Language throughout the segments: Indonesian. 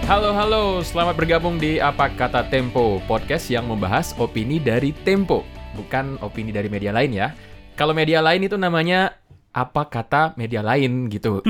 Halo, selamat bergabung di Apa Kata Tempo, podcast yang membahas opini dari Tempo, bukan opini dari media lain ya. Kalau media lain itu namanya Apa Kata Media Lain gitu.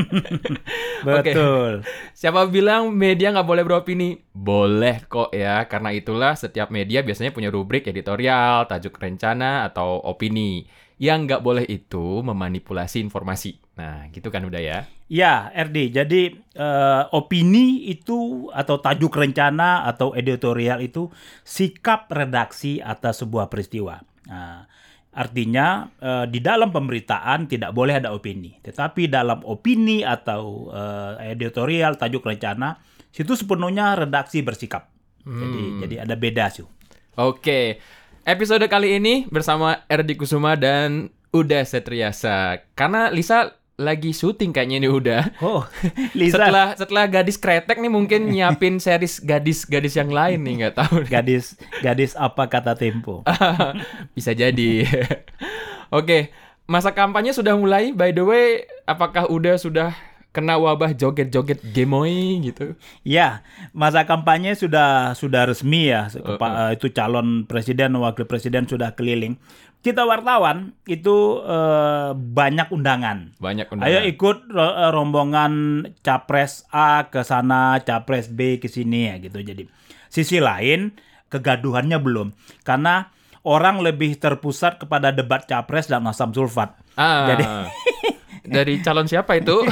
Betul. Siapa bilang media nggak boleh beropini? Boleh kok ya, karena itulah setiap media biasanya punya rubrik editorial, tajuk rencana, atau opini. Yang nggak boleh itu memanipulasi informasi. Nah, gitu kan udah ya. Ya, RD. Jadi opini itu atau tajuk rencana atau editorial itu sikap redaksi atas sebuah peristiwa. Nah, artinya di dalam pemberitaan tidak boleh ada opini. Tetapi dalam opini atau editorial tajuk rencana situ sepenuhnya redaksi bersikap. Jadi ada beda sih. Oke, episode kali ini bersama Erdi Kusuma dan Uda Setriasa. Karena Lisa lagi syuting kayaknya ini udah. Oh, Lisa. Setelah Gadis Kretek nih mungkin nyiapin series gadis yang lain nih, nggak tahu. Gadis Apa Kata Tempo. Bisa jadi. Oke, masa kampanye sudah mulai. By the way, apakah Uda sudah kena wabah joget-joget gemoy gitu? Ya, masa kampanye sudah resmi ya. Itu calon presiden, wakil presiden sudah keliling. Kita wartawan itu banyak undangan. Ayo ikut rombongan capres A ke sana, capres B ke sini ya gitu. Jadi sisi lain kegaduhannya belum, karena orang lebih terpusat kepada debat capres dan asam sulfat. Jadi dari calon siapa itu?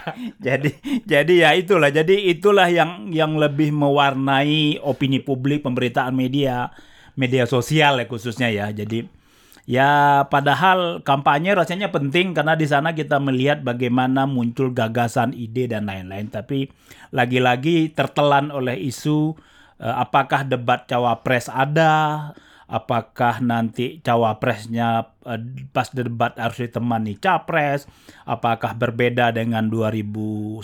jadi ya itulah. Jadi itulah yang lebih mewarnai opini publik, pemberitaan media sosial ya khususnya ya. Jadi ya padahal kampanye rasanya penting karena di sana kita melihat bagaimana muncul gagasan, ide dan lain-lain. Tapi lagi-lagi tertelan oleh isu apakah debat cawapres ada, apakah nanti cawapresnya pas debat harus ditemani capres, apakah berbeda dengan 2019.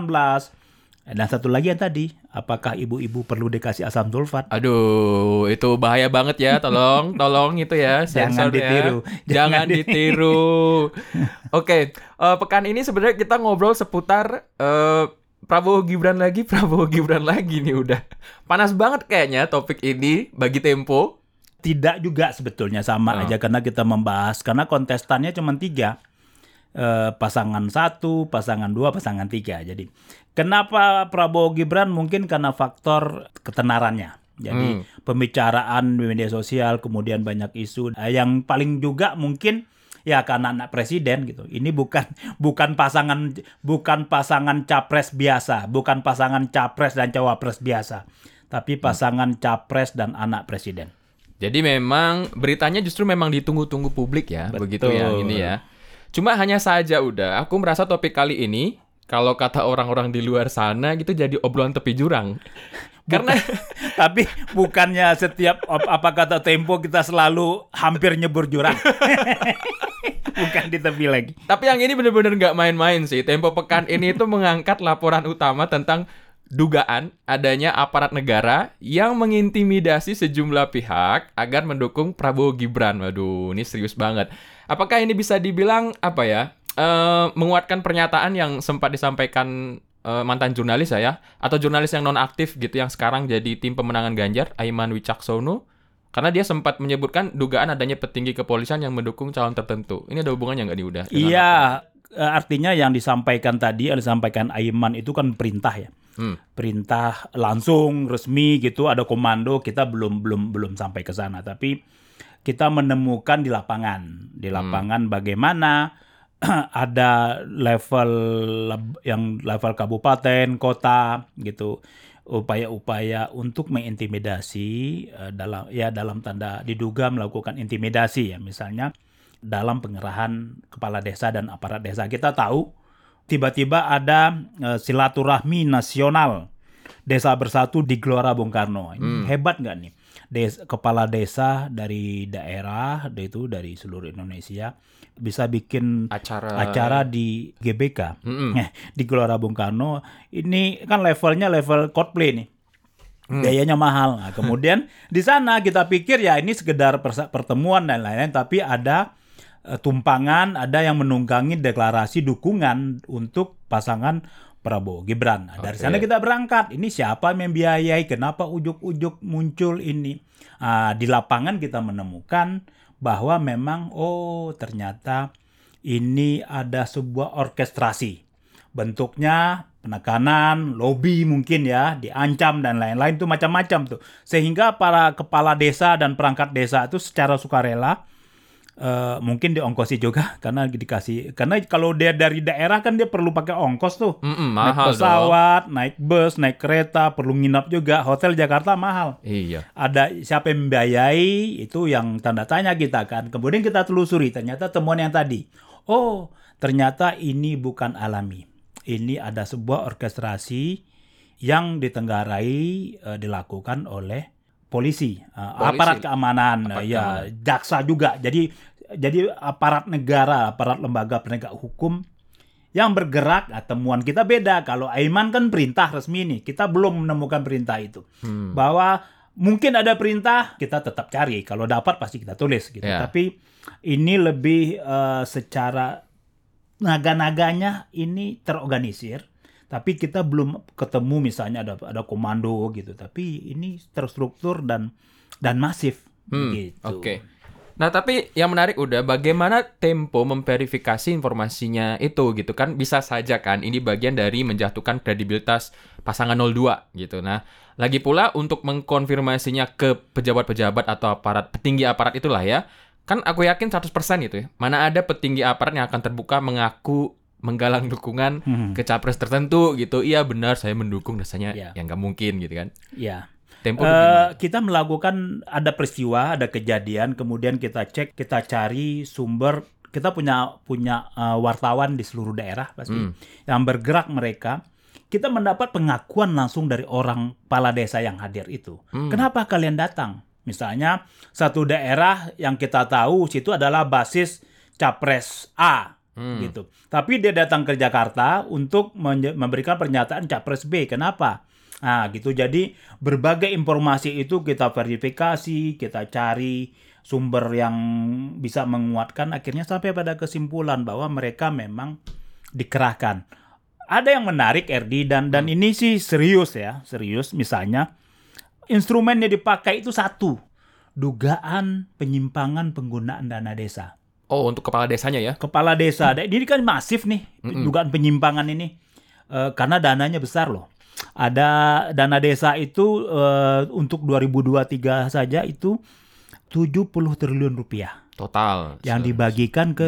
Dan satu lagi yang tadi, apakah ibu-ibu perlu dikasih asam sulfat? Aduh, itu bahaya banget ya. Tolong itu ya. Jangan ditiru. Jangan ditiru. Oke, pekan ini sebenarnya kita ngobrol seputar Prabowo Gibran lagi nih udah. Panas banget kayaknya topik ini bagi Tempo. Tidak juga sebetulnya sama aja karena kita membahas, karena kontestannya cuma 3. Pasangan 1, pasangan 2, pasangan 3. Jadi kenapa Prabowo Gibran? Mungkin karena faktor ketenarannya. Jadi pembicaraan di media sosial, kemudian banyak isu. Yang paling juga mungkin ya karena anak presiden gitu. Ini bukan pasangan capres biasa, bukan pasangan capres dan cawapres biasa, tapi pasangan capres dan anak presiden. Jadi memang beritanya justru memang ditunggu-tunggu publik ya. Betul. Begitu yang ini ya. Cuma hanya saja udah, aku merasa topik kali ini, kalau kata orang-orang di luar sana gitu jadi obrolan tepi jurang. Karena tapi bukannya setiap Apa Kata Tempo kita selalu hampir nyebur jurang. Bukan di tepi lagi. Tapi yang ini benar-benar nggak main-main sih. Tempo pekan ini itu mengangkat laporan utama tentang dugaan adanya aparat negara yang mengintimidasi sejumlah pihak agar mendukung Prabowo Gibran. Waduh, ini serius banget. Apakah ini bisa dibilang apa ya? Menguatkan pernyataan yang sempat disampaikan mantan jurnalis atau jurnalis yang nonaktif gitu yang sekarang jadi tim pemenangan Ganjar, Aiman Wicaksono, karena dia sempat menyebutkan dugaan adanya petinggi kepolisian yang mendukung calon tertentu. Ini ada hubungannya nggak nih udah? Iya, artinya yang disampaikan Aiman itu kan perintah ya. Perintah langsung resmi gitu, ada komando. Kita belum sampai ke sana, tapi kita menemukan di lapangan bagaimana ada level kabupaten, kota gitu, upaya-upaya untuk mengintimidasi dalam tanda diduga melakukan intimidasi ya, misalnya dalam pengerahan kepala desa dan aparat desa. Kita tahu tiba-tiba ada silaturahmi nasional Desa Bersatu di Gelora Bung Karno. Ini hebat nggak nih? Kepala desa dari daerah itu dari seluruh Indonesia bisa bikin acara di GBK di Gelora Bung Karno. Ini kan levelnya level Coldplay nih. Biayanya mahal. Nah, kemudian di sana kita pikir ya ini sekedar pertemuan dan lain-lain, tapi ada tumpangan, ada yang menunggangi deklarasi dukungan untuk pasangan Prabowo Gibran. Nah, dari Oke. sana kita berangkat. Ini siapa yang membiayai? Kenapa ujuk-ujuk muncul ini? Di lapangan kita menemukan bahwa memang ternyata ini ada sebuah orkestrasi. Bentuknya penekanan, lobby mungkin ya, diancam dan lain-lain itu macam-macam tuh. Sehingga para kepala desa dan perangkat desa itu secara sukarela mungkin diongkosi juga karena kalau dia dari daerah kan dia perlu pakai ongkos tuh. Naik Mahal pesawat, naik bus, naik kereta, perlu nginap juga. Hotel Jakarta mahal. Iya. Ada siapa yang membiayai, itu yang tanda tanya kita kan. Kemudian kita telusuri, ternyata temuan yang tadi. Ternyata ini bukan alami. Ini ada sebuah orkestrasi yang ditenggarai dilakukan oleh polisi, aparat keamanan, jaksa juga. Jadi aparat negara, aparat lembaga penegak hukum yang bergerak. Temuan kita beda. Kalau Aiman kan perintah resmi nih. Kita belum menemukan perintah itu. Bahwa mungkin ada perintah, kita tetap cari. Kalau dapat pasti kita tulis gitu. Yeah. Tapi ini lebih secara naga-naganya ini terorganisir. Tapi kita belum ketemu misalnya ada komando gitu. Tapi ini terstruktur dan masif gitu. Oke. Nah, tapi yang menarik udah bagaimana Tempo memverifikasi informasinya itu gitu kan. Bisa saja kan ini bagian dari menjatuhkan kredibilitas pasangan 02 gitu. Nah, lagi pula untuk mengkonfirmasinya ke pejabat-pejabat atau petinggi aparat itulah ya. Kan aku yakin 100% gitu ya. Mana ada petinggi aparat yang akan terbuka mengaku menggalang dukungan ke capres tertentu gitu. Iya benar saya mendukung, rasanya yang nggak mungkin gitu kan. Iya. Tempo kita melakukan, ada peristiwa, ada kejadian, kemudian kita cek, kita cari sumber. Kita punya wartawan di seluruh daerah pasti yang bergerak mereka. Kita mendapat pengakuan langsung dari orang kepala desa yang hadir itu. Kenapa kalian datang? Misalnya satu daerah yang kita tahu situ adalah basis capres A. Gitu. Tapi dia datang ke Jakarta untuk memberikan pernyataan capres B. Kenapa? Gitu. Jadi berbagai informasi itu kita verifikasi, kita cari sumber yang bisa menguatkan, akhirnya sampai pada kesimpulan bahwa mereka memang dikerahkan. Ada yang menarik RD dan ini sih serius. Misalnya instrumen yang dipakai itu satu, dugaan penyimpangan penggunaan dana desa. Untuk kepala desanya ya? Kepala desa. Ini kan masif nih, dugaan penyimpangan ini. Karena dananya besar loh. Ada dana desa itu untuk 2023 saja itu 70 triliun rupiah. Total. Yang dibagikan ke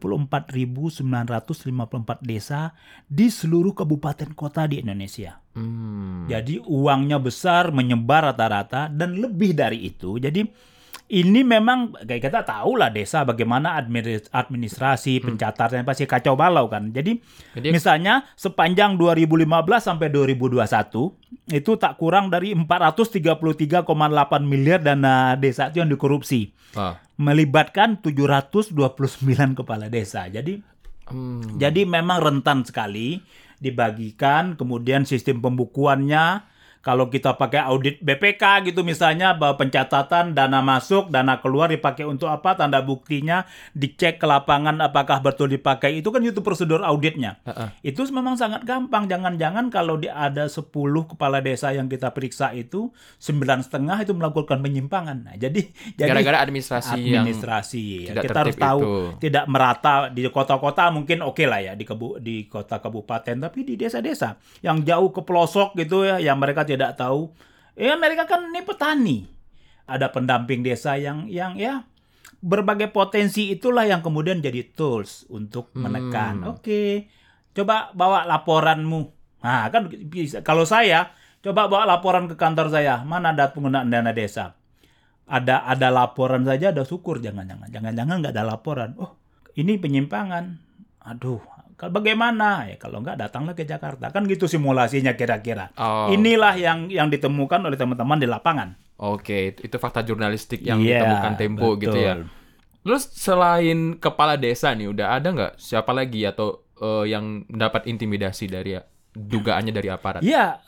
74.954 desa di seluruh kabupaten kota di Indonesia. Jadi uangnya besar, menyebar rata-rata, dan lebih dari itu. Jadi ini memang kayak kita tahu lah desa bagaimana administrasi, pencatatnya pasti kacau balau kan. Jadi misalnya sepanjang 2015 sampai 2021 itu tak kurang dari 433,8 miliar dana desa itu yang dikorupsi. Melibatkan 729 kepala desa. Jadi memang rentan sekali dibagikan, kemudian sistem pembukuannya. Kalau kita pakai audit BPK gitu misalnya, bahwa pencatatan dana masuk, dana keluar dipakai untuk apa, tanda buktinya, dicek ke lapangan apakah betul dipakai, itu kan itu prosedur auditnya. Itu memang sangat gampang. Jangan-jangan kalau ada 10 kepala desa yang kita periksa itu 9,5 itu melakukan penyimpangan. Nah, jadi gara-gara administrasi yang ya, kita harus tahu itu tidak merata di kota-kota mungkin oke lah ya, di kota kabupaten, tapi di desa-desa yang jauh ke pelosok gitu ya, yang mereka tidak tahu. Mereka kan ini petani. Ada pendamping desa yang ya berbagai potensi, itulah yang kemudian jadi tools untuk menekan. Oke, coba bawa laporanmu. Nah, kan bisa. Kalau saya coba bawa laporan ke kantor saya, mana ada penggunaan dana desa. Ada laporan saja, ada syukur. Jangan-jangan nggak ada laporan. Ini penyimpangan. Aduh, bagaimana? Ya kalau nggak datanglah ke Jakarta. Kan gitu simulasinya kira-kira. Inilah yang ditemukan oleh teman-teman di lapangan. Oke, itu fakta jurnalistik yang ditemukan Tempo, betul. Gitu ya. Terus selain kepala desa nih, udah ada nggak siapa lagi atau yang mendapat intimidasi dari dugaannya dari aparat? Iya,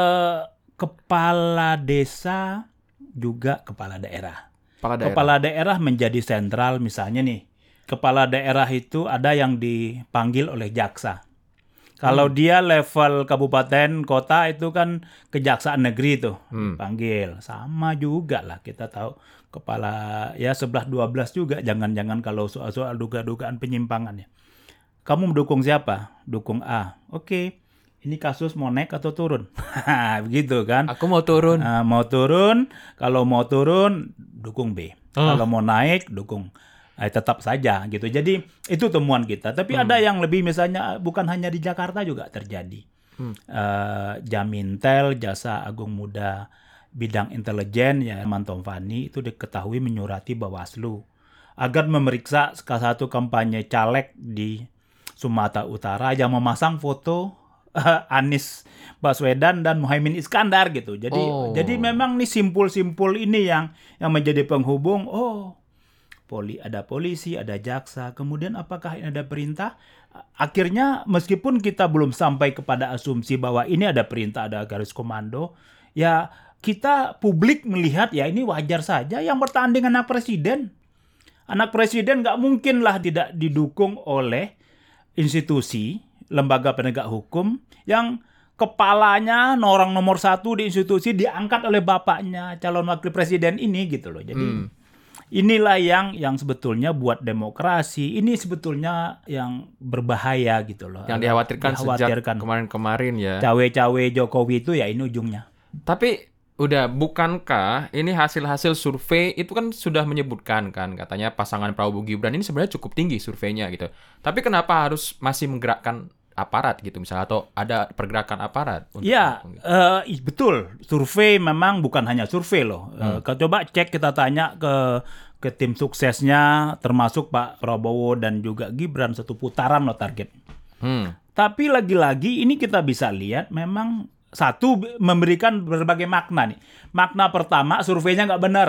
kepala desa juga kepala daerah. Kepala daerah menjadi sentral. Misalnya nih, kepala daerah itu ada yang dipanggil oleh jaksa. Kalau dia level kabupaten, kota itu kan kejaksaan negeri tuh panggil. Sama juga lah, kita tahu kepala ya 11-12 juga. Jangan-jangan kalau soal dugaan penyimpangan ya. Kamu mendukung siapa? Dukung A. Oke. Ini kasus mau naik atau turun? Begitu kan? Aku mau turun. Mau turun. Kalau mau turun, dukung B. Kalau mau naik, dukung tetap saja gitu. Jadi itu temuan kita. Tapi ada yang lebih, misalnya bukan hanya di Jakarta juga terjadi. Jamintel, Jasa Agung Muda bidang intelijen ya, Mantom Fani itu diketahui menyurati Bawaslu agar memeriksa salah satu kampanye caleg di Sumatera Utara yang memasang foto Anies Baswedan dan Muhaimin Iskandar gitu. Jadi memang nih simpul-simpul ini yang menjadi penghubung. Ada polisi, ada jaksa. Kemudian apakah ini ada perintah? Akhirnya meskipun kita belum sampai kepada asumsi bahwa ini ada perintah, ada garis komando, ya kita publik melihat ya ini wajar saja. Yang bertanding anak presiden. Anak presiden nggak mungkin lah tidak didukung oleh institusi, lembaga penegak hukum yang kepalanya orang nomor 1 di institusi diangkat oleh bapaknya calon wakil presiden ini gitu loh. Jadi inilah yang sebetulnya buat demokrasi ini sebetulnya yang berbahaya gitu loh. Yang dikhawatirkan sejak kemarin-kemarin ya. Cawe-cawe Jokowi itu ya ini ujungnya. Tapi bukankah ini hasil-hasil survei itu kan sudah menyebutkan kan katanya pasangan Prabowo Gibran ini sebenarnya cukup tinggi surveinya gitu. Tapi kenapa harus masih menggerakkan aparat gitu misalnya, atau ada pergerakan aparat? Betul. Survei memang bukan hanya survei loh. Coba cek, kita tanya ke tim suksesnya termasuk Pak Prabowo dan juga Gibran, satu putaran loh target. Tapi lagi-lagi ini kita bisa lihat memang satu memberikan berbagai makna nih. Makna pertama, surveinya nggak benar.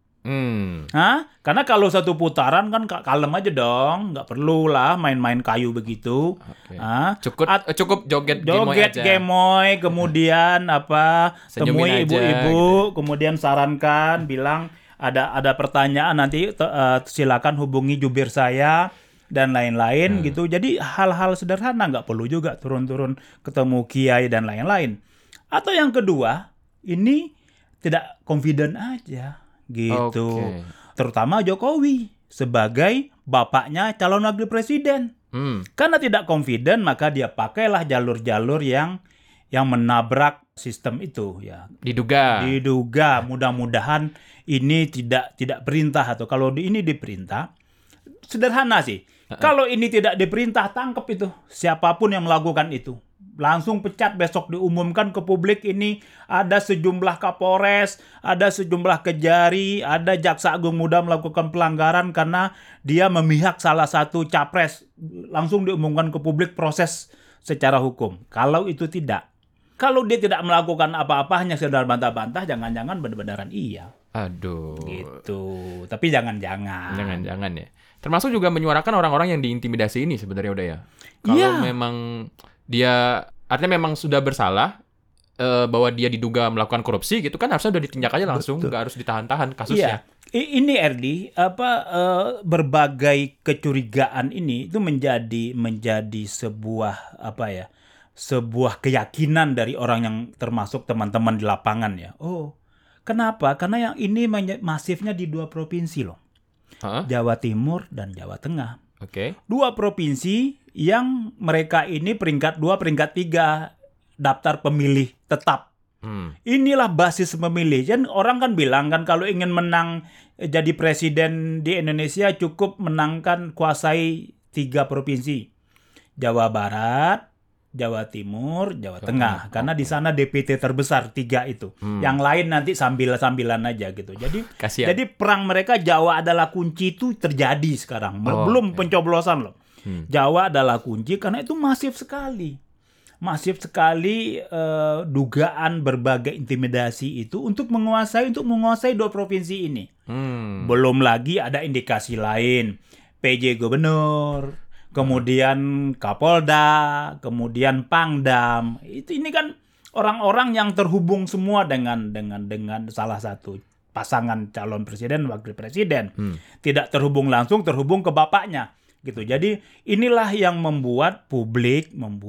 Karena kalau satu putaran kan kalem aja dong, nggak perlu lah main-main kayu begitu. Cukup joget gemoy, kemudian temui ibu-ibu, gitu. Kemudian sarankan, bilang ada pertanyaan nanti silakan hubungi jubir saya dan lain-lain gitu. Jadi hal-hal sederhana, nggak perlu juga turun-turun ketemu kiai dan lain-lain. Atau yang kedua, ini tidak confident aja. Gitu. Terutama Jokowi sebagai bapaknya calon wakil presiden. Karena tidak confident, maka dia pakailah jalur-jalur yang menabrak sistem itu ya. Diduga mudah-mudahan ini tidak perintah, atau kalau ini diperintah sederhana sih. Kalau ini tidak diperintah, tangkap itu siapapun yang melakukan itu. Langsung pecat, besok diumumkan ke publik ini ada sejumlah Kapolres, ada sejumlah Kejari, ada Jaksa Agung Muda melakukan pelanggaran karena dia memihak salah satu capres. Langsung diumumkan ke publik, proses secara hukum. Kalau itu tidak. Kalau dia tidak melakukan apa-apa, hanya sekedar bantah-bantah, jangan-jangan benar-benaran iya. Aduh. Gitu. Tapi jangan-jangan. Jangan-jangan ya. Termasuk juga menyuarakan orang-orang yang diintimidasi ini sebenarnya udah ya. Kalau memang dia artinya memang sudah bersalah, bahwa dia diduga melakukan korupsi gitu kan, harusnya udah ditindak aja langsung, nggak harus ditahan-tahan kasusnya. Ini Erdi, berbagai kecurigaan ini itu menjadi sebuah sebuah keyakinan dari orang yang termasuk teman-teman di lapangan ya. Kenapa? Karena yang ini masifnya di 2 provinsi loh. Jawa Timur dan Jawa Tengah. 2 provinsi yang mereka ini peringkat 2, peringkat 3 daftar pemilih tetap. Inilah basis pemilih. Dan orang kan bilang kan kalau ingin menang jadi presiden di Indonesia cukup kuasai 3 provinsi. Jawa Barat, Jawa Timur, Jawa Tengah. Karena di sana DPT terbesar 3 itu. Yang lain nanti sambil-sambilan aja gitu. Jadi perang mereka Jawa adalah kunci itu terjadi sekarang. Belum pencoblosan loh. Jawa adalah kunci karena itu masif sekali. Masif sekali dugaan berbagai intimidasi itu untuk menguasai 2 provinsi ini. Belum lagi ada indikasi lain. PJ Gubernur, kemudian Kapolda, kemudian Pangdam. Ini kan orang-orang yang terhubung semua dengan salah satu pasangan calon presiden, wakil presiden. Tidak terhubung langsung, terhubung ke bapaknya. gitu. Jadi inilah yang membuat publik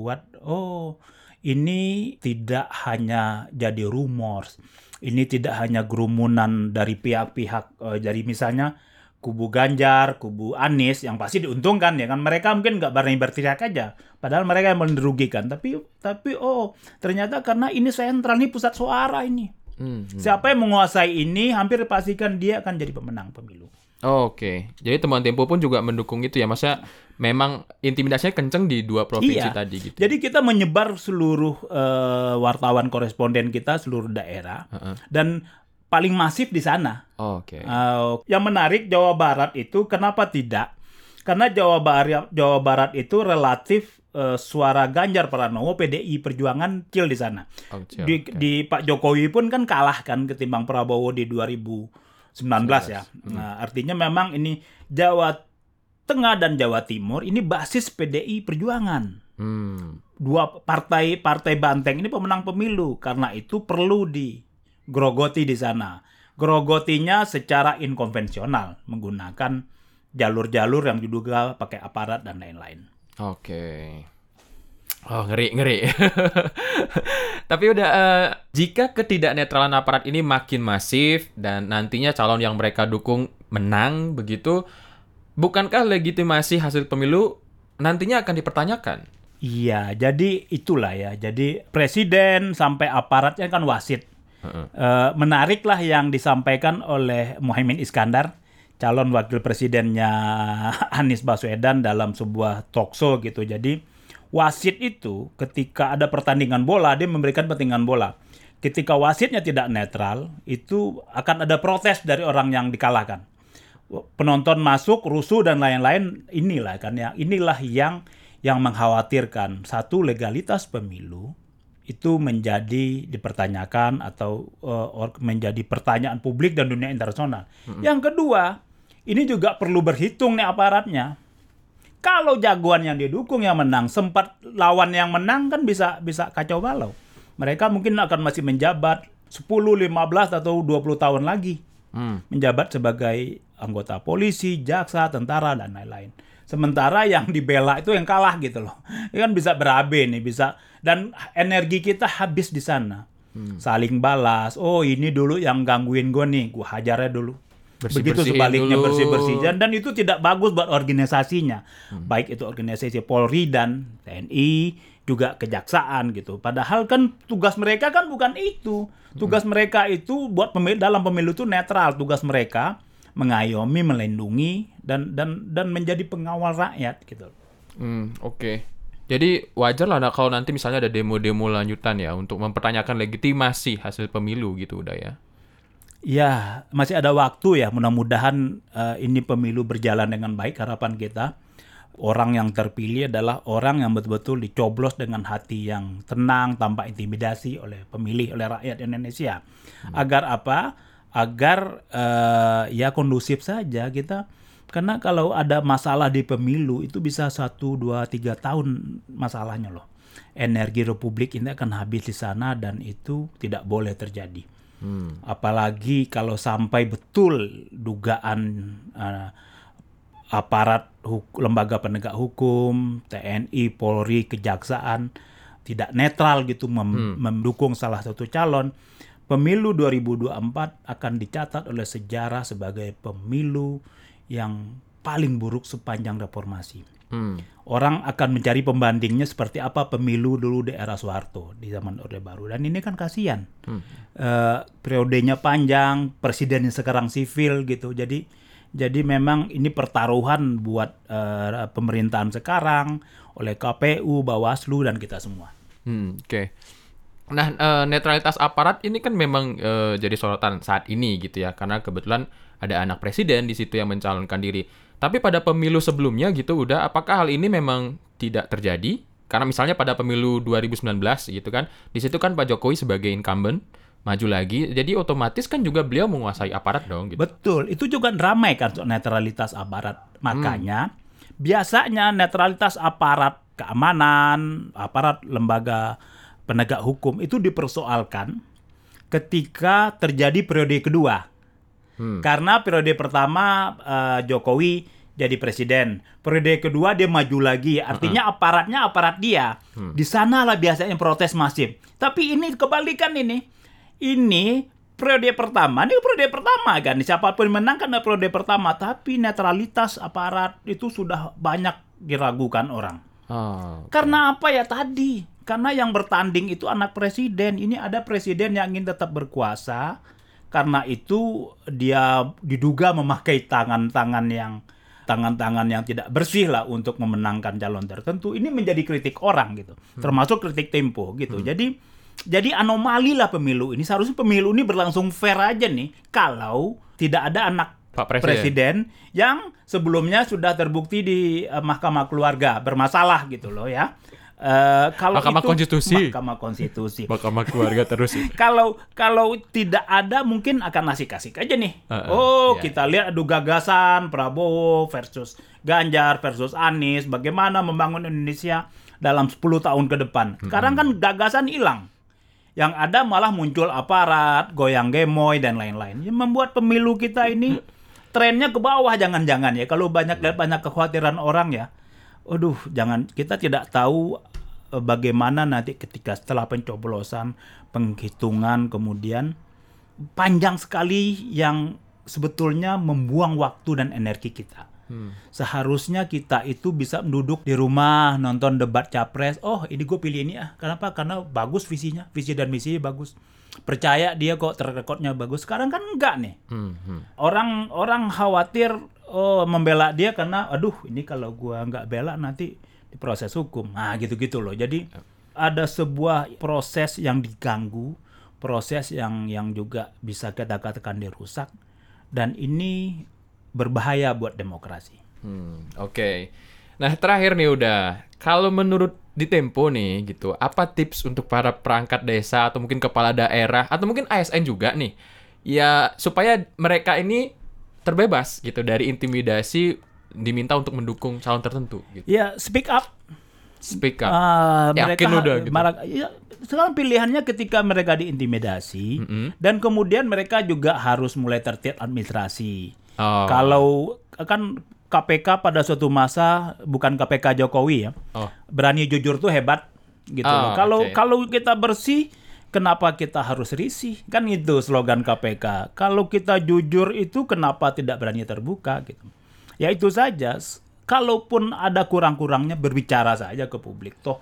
ini tidak hanya jadi rumors, ini tidak hanya kerumunan dari pihak-pihak dari misalnya kubu Ganjar, kubu Anies yang pasti diuntungkan ya kan, mereka mungkin nggak berani berteriak aja, padahal mereka yang dirugikan. Tapi ternyata karena ini sentral, ini pusat suara ini. Siapa yang menguasai ini hampir dipastikan dia akan jadi pemenang pemilu. Oke, jadi temuan Tempo pun juga mendukung itu ya, maksudnya memang intimidasinya kenceng di 2 provinsi tadi gitu. Jadi kita menyebar seluruh wartawan koresponden kita seluruh daerah dan paling masif di sana. Oke. Yang menarik Jawa Barat itu kenapa tidak? Karena Jawa Barat itu relatif suara Ganjar Pranowo PDI Perjuangan kecil di sana. Di Pak Jokowi pun kan kalah kan ketimbang Prabowo di 2019 ya. Nah, artinya memang ini Jawa Tengah dan Jawa Timur ini basis PDI Perjuangan. Dua partai banteng ini pemenang pemilu, karena itu perlu digrogoti di sana. Grogotinya secara inkonvensional menggunakan jalur-jalur yang diduga pakai aparat dan lain-lain. Oke. Oh, ngeri. Tapi udah, jika ketidaknetralan aparat ini makin masif dan nantinya calon yang mereka dukung menang begitu, bukankah legitimasi hasil pemilu nantinya akan dipertanyakan? Iya, jadi itulah ya. Jadi presiden sampai aparatnya kan wasit. Menariklah yang disampaikan oleh Muhaimin Iskandar, calon wakil presidennya Anies Baswedan dalam sebuah talkshow gitu. Jadi wasit itu ketika ada pertandingan bola, dia memberikan pertandingan bola. Ketika wasitnya tidak netral, itu akan ada protes dari orang yang dikalahkan. Penonton masuk, rusuh dan lain-lain. Inilah yang mengkhawatirkan. Satu, legalitas pemilu itu menjadi dipertanyakan atau menjadi pertanyaan publik dan dunia internasional. Yang kedua, ini juga perlu berhitung nih aparatnya. Kalau jagoan yang didukung yang menang, sempat lawan yang menang kan bisa kacau balau. Mereka mungkin akan masih menjabat 10, 15 atau 20 tahun lagi. Menjabat sebagai anggota polisi, jaksa, tentara dan lain-lain. Sementara yang dibela itu yang kalah gitu loh. Ini kan bisa berabe nih, dan energi kita habis di sana. Saling balas. Oh, ini dulu yang gangguin gue nih, gue hajarnya dulu. Begitu sebaliknya bersih-bersih. Dan itu tidak bagus buat organisasinya. Baik itu organisasi Polri dan TNI, juga kejaksaan gitu. Padahal kan tugas mereka kan bukan itu. Tugas mereka itu buat dalam pemilu itu netral. Tugas mereka mengayomi, melindungi dan menjadi pengawal rakyat gitu. Oke. Jadi wajar lah kalau nanti misalnya ada demo-demo lanjutan ya untuk mempertanyakan legitimasi hasil pemilu gitu udah ya. Ya, masih ada waktu ya. Mudah-mudahan ini pemilu berjalan dengan baik. Harapan kita orang yang terpilih adalah orang yang betul-betul dicoblos dengan hati yang tenang tanpa intimidasi oleh pemilih, oleh rakyat Indonesia. Agar apa? Agar ya kondusif saja kita. Karena kalau ada masalah di pemilu itu bisa 1, 2, 3 tahun masalahnya loh. Energi Republik ini akan habis di sana dan itu tidak boleh terjadi. Apalagi kalau sampai betul dugaan aparat lembaga penegak hukum, TNI, Polri, Kejaksaan tidak netral gitu mendukung salah satu calon. Pemilu 2024 akan dicatat oleh sejarah sebagai pemilu yang paling buruk sepanjang reformasi. Orang akan mencari pembandingnya seperti apa pemilu dulu di era Soeharto di zaman Orde Baru. Dan ini kan kasihan. Periodenya panjang, presidennya sekarang sivil gitu. Jadi memang ini pertaruhan buat pemerintahan sekarang oleh KPU, Bawaslu dan kita semua. Oke. Nah, netralitas aparat ini kan memang jadi sorotan saat ini gitu ya, karena kebetulan ada anak presiden di situ yang mencalonkan diri. Tapi pada pemilu sebelumnya gitu udah, apakah hal ini memang tidak terjadi? Karena misalnya pada pemilu 2019 gitu kan, di situ kan Pak Jokowi sebagai incumbent maju lagi, jadi otomatis kan juga beliau menguasai aparat dong. Gitu. Betul, itu juga ramai kan soal netralitas aparat. Makanya biasanya netralitas aparat keamanan, aparat lembaga penegak hukum itu dipersoalkan ketika terjadi periode kedua. Karena periode pertama Jokowi jadi presiden. Periode kedua dia maju lagi. Artinya aparatnya aparat dia. Di sanalah biasanya protes masif. Tapi ini kebalikan ini. Ini periode pertama kan. Siapapun menang kan periode pertama. Tapi netralitas aparat itu sudah banyak diragukan orang. Karena apa ya tadi? Karena yang bertanding itu anak presiden. Ini ada presiden yang ingin tetap berkuasa. Karena itu dia diduga memakai tangan-tangan yang tidak bersih lah untuk memenangkan calon tertentu. Ini menjadi kritik orang gitu. Termasuk kritik Tempo gitu. Jadi anomali lah pemilu ini. Seharusnya pemilu ini berlangsung fair aja nih. Kalau tidak ada anak Pak presiden yang sebelumnya sudah terbukti di Mahkamah Keluarga bermasalah gitu loh ya. Kalau Mahkamah Konstitusi. Mahkamah Konstitusi. Mahkamah Keluarga terus. Kalau tidak ada mungkin akan asik-asik aja nih. Kita lihat adu gagasan Prabowo versus Ganjar versus Anies, bagaimana membangun Indonesia dalam 10 tahun ke depan. Sekarang kan gagasan hilang. Yang ada malah muncul aparat, goyang gemoy dan lain-lain. Yang membuat pemilu kita ini trennya ke bawah jangan-jangan ya. Kalau banyak kekhawatiran orang ya. Aduh, jangan, kita tidak tahu bagaimana nanti ketika setelah pencoblosan, penghitungan, kemudian panjang sekali yang sebetulnya membuang waktu dan energi kita. Seharusnya kita itu bisa duduk di rumah, nonton debat capres. Oh, ini gue pilih ini Kenapa? Karena bagus visinya, visi dan misinya bagus. Percaya dia kok, track recordnya bagus. Sekarang kan enggak nih. Orang khawatir membela dia karena aduh ini kalau gua nggak bela nanti diproses hukum. Nah gitu-gitu loh. Jadi ada sebuah proses yang diganggu, proses yang juga bisa kita katakan dirusak, dan ini berbahaya buat demokrasi. Oke. Nah terakhir nih udah, kalau menurut di Tempo nih gitu, apa tips untuk para perangkat desa atau mungkin kepala daerah atau mungkin ASN juga nih, ya supaya mereka ini terbebas gitu dari intimidasi diminta untuk mendukung calon tertentu gitu. Ya, speak up. Speak up. Yakin mereka udah gitu. Sekarang pilihannya ketika mereka diintimidasi dan kemudian mereka juga harus mulai tertib administrasi. Kalau kan KPK pada suatu masa bukan KPK Jokowi ya. Berani jujur tuh hebat gitu loh. Kalau kita bersih, kenapa kita harus risih? Kan itu slogan KPK. Kalau kita jujur itu kenapa tidak berani terbuka gitu. Ya itu saja. Kalaupun ada kurang-kurangnya berbicara saja ke publik. Toh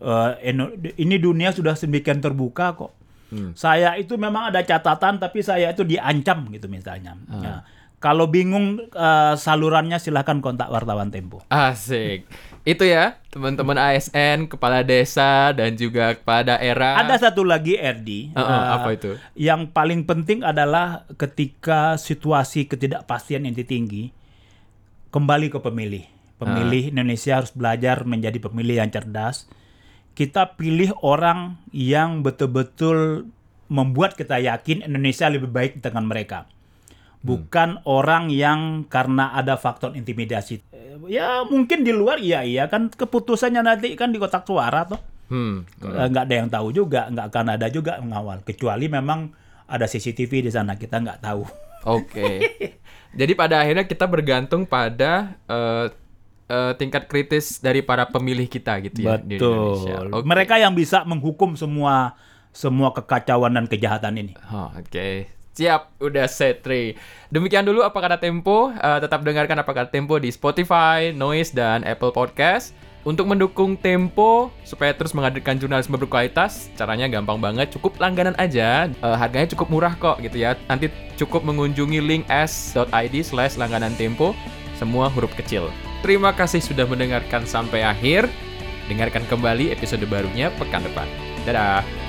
ini dunia sudah sedemikian terbuka kok. Saya itu memang ada catatan tapi saya itu diancam gitu misalnya. Ya. Kalau bingung salurannya silahkan kontak wartawan Tempo. Asik. Itu ya, teman-teman ASN, kepala desa, dan juga kepala daerah. Ada satu lagi, Erdi. Apa itu? Yang paling penting adalah ketika situasi ketidakpastian yang tinggi, kembali ke pemilih. Pemilih Indonesia harus belajar menjadi pemilih yang cerdas. Kita pilih orang yang betul-betul membuat kita yakin Indonesia lebih baik dengan mereka. Bukan orang yang karena ada faktor intimidasi. Ya mungkin di luar iya kan keputusannya nanti kan di kotak suara toh. Nggak ada yang tahu juga, nggak akan ada juga mengawal. Kecuali memang ada CCTV di sana, kita nggak tahu. Oke. Jadi pada akhirnya kita bergantung pada tingkat kritis dari para pemilih kita gitu ya. Betul. Di Indonesia. Okay. Mereka yang bisa menghukum semua kekacauan dan kejahatan ini. Oke. Siap, udah set 3. Demikian dulu Apa Kata Tempo. Tetap dengarkan Apa Kata Tempo di Spotify, Noise, dan Apple Podcast. Untuk mendukung Tempo supaya terus menghadirkan jurnalisme berkualitas, caranya gampang banget, cukup langganan aja. Harganya cukup murah kok gitu ya. Nanti cukup mengunjungi link s.id/langganan Tempo, semua huruf kecil. Terima kasih sudah mendengarkan sampai akhir. Dengarkan kembali episode barunya pekan depan. Dadah!